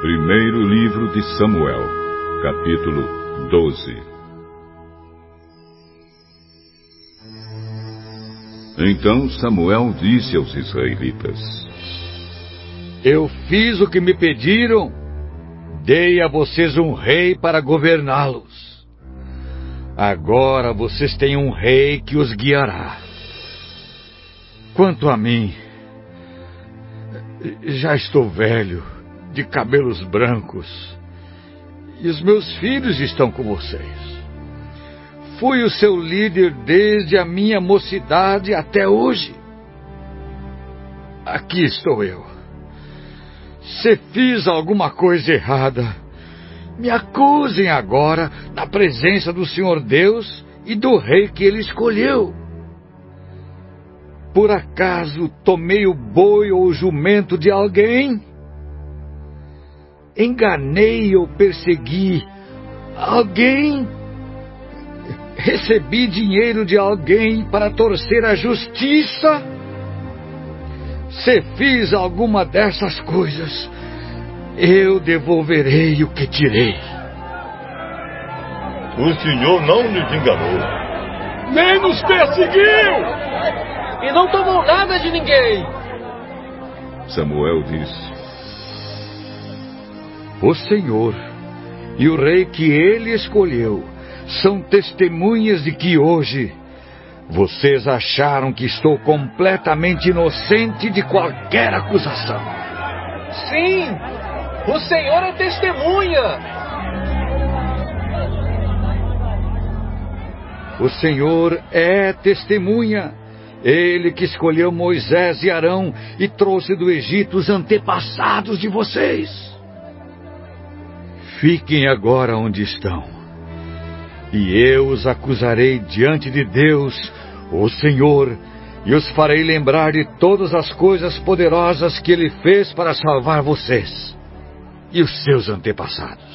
Primeiro livro de Samuel, capítulo 12. Então Samuel disse aos israelitas: Eu fiz o que me pediram, dei a vocês um rei para governá-los. Agora vocês têm um rei que os guiará. Quanto a mim, já estou velho, de cabelos brancos, e os meus filhos estão com vocês. Fui o seu líder desde a minha mocidade até hoje. Aqui estou eu. Se fiz alguma coisa errada, me acusem agora na presença do Senhor Deus e do rei que ele escolheu. Por acaso tomei o boi ou o jumento de alguém? Enganei ou persegui alguém? Recebi dinheiro de alguém para torcer a justiça? Se fiz alguma dessas coisas, eu devolverei o que tirei. O Senhor não nos enganou, Nem nos perseguiu, e não tomou nada de ninguém. Samuel disse: O Senhor e o rei que ele escolheu são testemunhas de que hoje vocês acharam que estou completamente inocente de qualquer acusação. Sim, o Senhor é testemunha. O Senhor é testemunha. Ele que escolheu Moisés e Arão e trouxe do Egito os antepassados de vocês. Fiquem agora onde estão, e eu os acusarei diante de Deus, o Senhor, e os farei lembrar de todas as coisas poderosas que Ele fez para salvar vocês e os seus antepassados.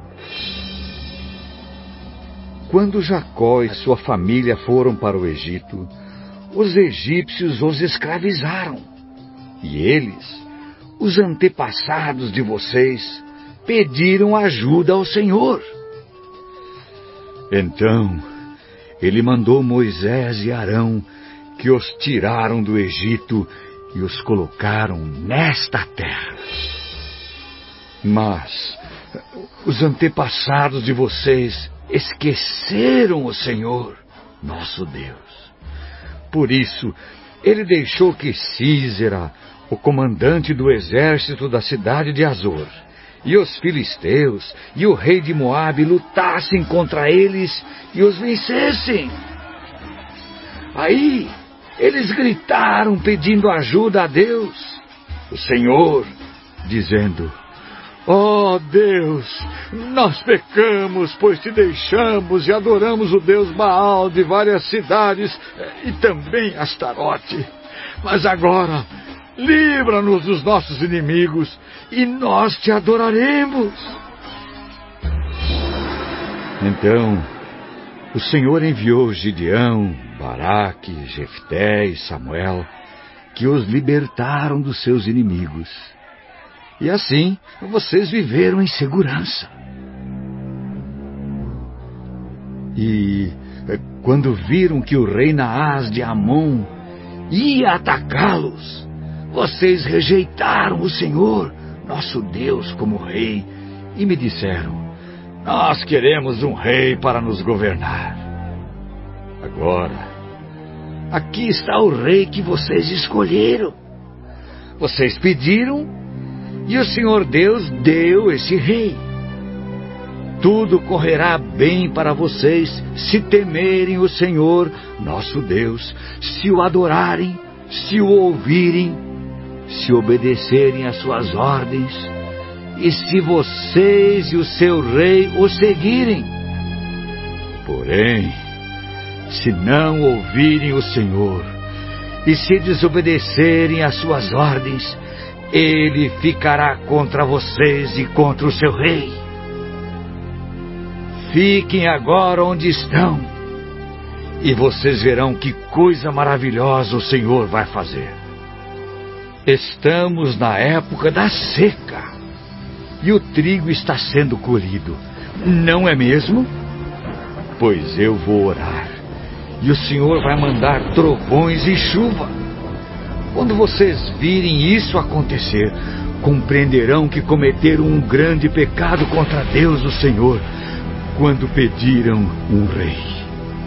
Quando Jacó e sua família foram para o Egito, os egípcios os escravizaram, e eles, os antepassados de vocês, pediram ajuda ao Senhor. Então, ele mandou Moisés e Arão, que os tiraram do Egito e os colocaram nesta terra. Mas os antepassados de vocês esqueceram o Senhor, nosso Deus. Por isso, ele deixou que Sísera, o comandante do exército da cidade de Azor, e os filisteus e o rei de Moabe lutassem contra eles e os vencessem. Aí eles gritaram pedindo ajuda a Deus, o Senhor, dizendo: Ó Deus, nós pecamos, pois te deixamos e adoramos o Deus Baal de várias cidades e também Astarote. Mas agora, livra-nos dos nossos inimigos e nós te adoraremos. Então, o Senhor enviou Gideão, Baraque, Jefté e Samuel, que os libertaram dos seus inimigos. E assim, vocês viveram em segurança. E quando viram que o rei Naás de Amon ia atacá-los, vocês rejeitaram o Senhor, nosso Deus, como rei, e me disseram: Nós queremos um rei para nos governar. Agora, aqui está o rei que vocês escolheram. Vocês pediram, e o Senhor Deus deu esse rei. Tudo correrá bem para vocês se temerem o Senhor, nosso Deus, se o adorarem, se o ouvirem, se obedecerem às suas ordens, e se vocês e o seu rei o seguirem. Porém, se não ouvirem o Senhor, e se desobedecerem às suas ordens, ele ficará contra vocês e contra o seu rei. Fiquem agora onde estão, e vocês verão que coisa maravilhosa o Senhor vai fazer. Estamos na época da seca, e o trigo está sendo colhido, não é mesmo? Pois eu vou orar, e o Senhor vai mandar trovões e chuva. Quando vocês virem isso acontecer, compreenderão que cometeram um grande pecado contra Deus, o Senhor, quando pediram um rei.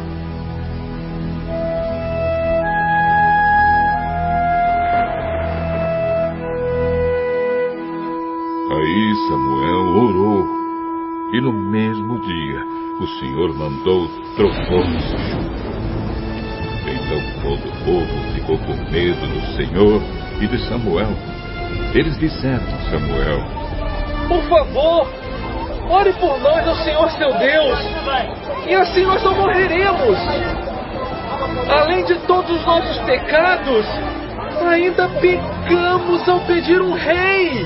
Aí Samuel orou, e no mesmo dia o Senhor mandou trovões e chuva. Então todo o povo ficou com medo do Senhor e de Samuel. Eles disseram a Samuel: Por favor, ore por nós ao Senhor seu Deus, e assim nós não morreremos. Além de todos os nossos pecados, ainda pecamos ao pedir um rei.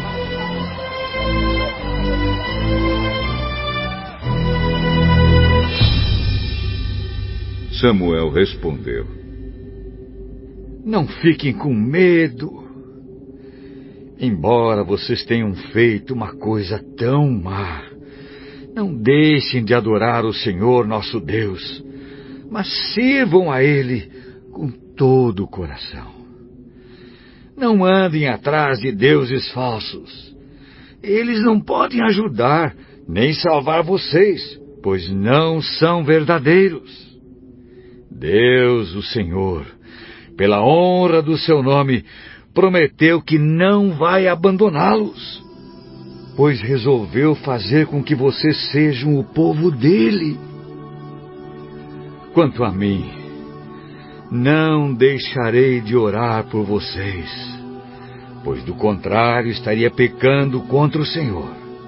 Samuel respondeu: Não fiquem com medo. Embora vocês tenham feito uma coisa tão má, não deixem de adorar o Senhor nosso Deus, mas sirvam a Ele com todo o coração. Não andem atrás de deuses falsos. Eles não podem ajudar nem salvar vocês, pois não são verdadeiros. Deus, o Senhor, pela honra do seu nome, prometeu que não vai abandoná-los, pois resolveu fazer com que vocês sejam o povo dele. Quanto a mim, não deixarei de orar por vocês, pois do contrário estaria pecando contra o Senhor.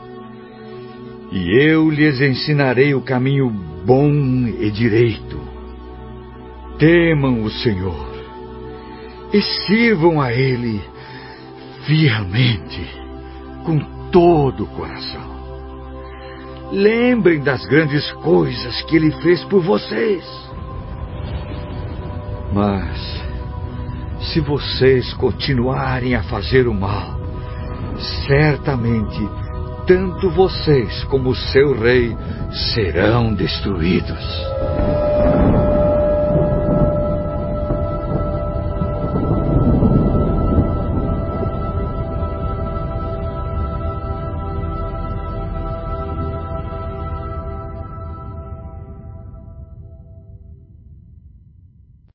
E eu lhes ensinarei o caminho bom e direito. Temam o Senhor e sirvam a Ele fielmente, com todo o coração. Lembrem das grandes coisas que Ele fez por vocês. Mas, se vocês continuarem a fazer o mal, certamente tanto vocês como o seu rei serão destruídos.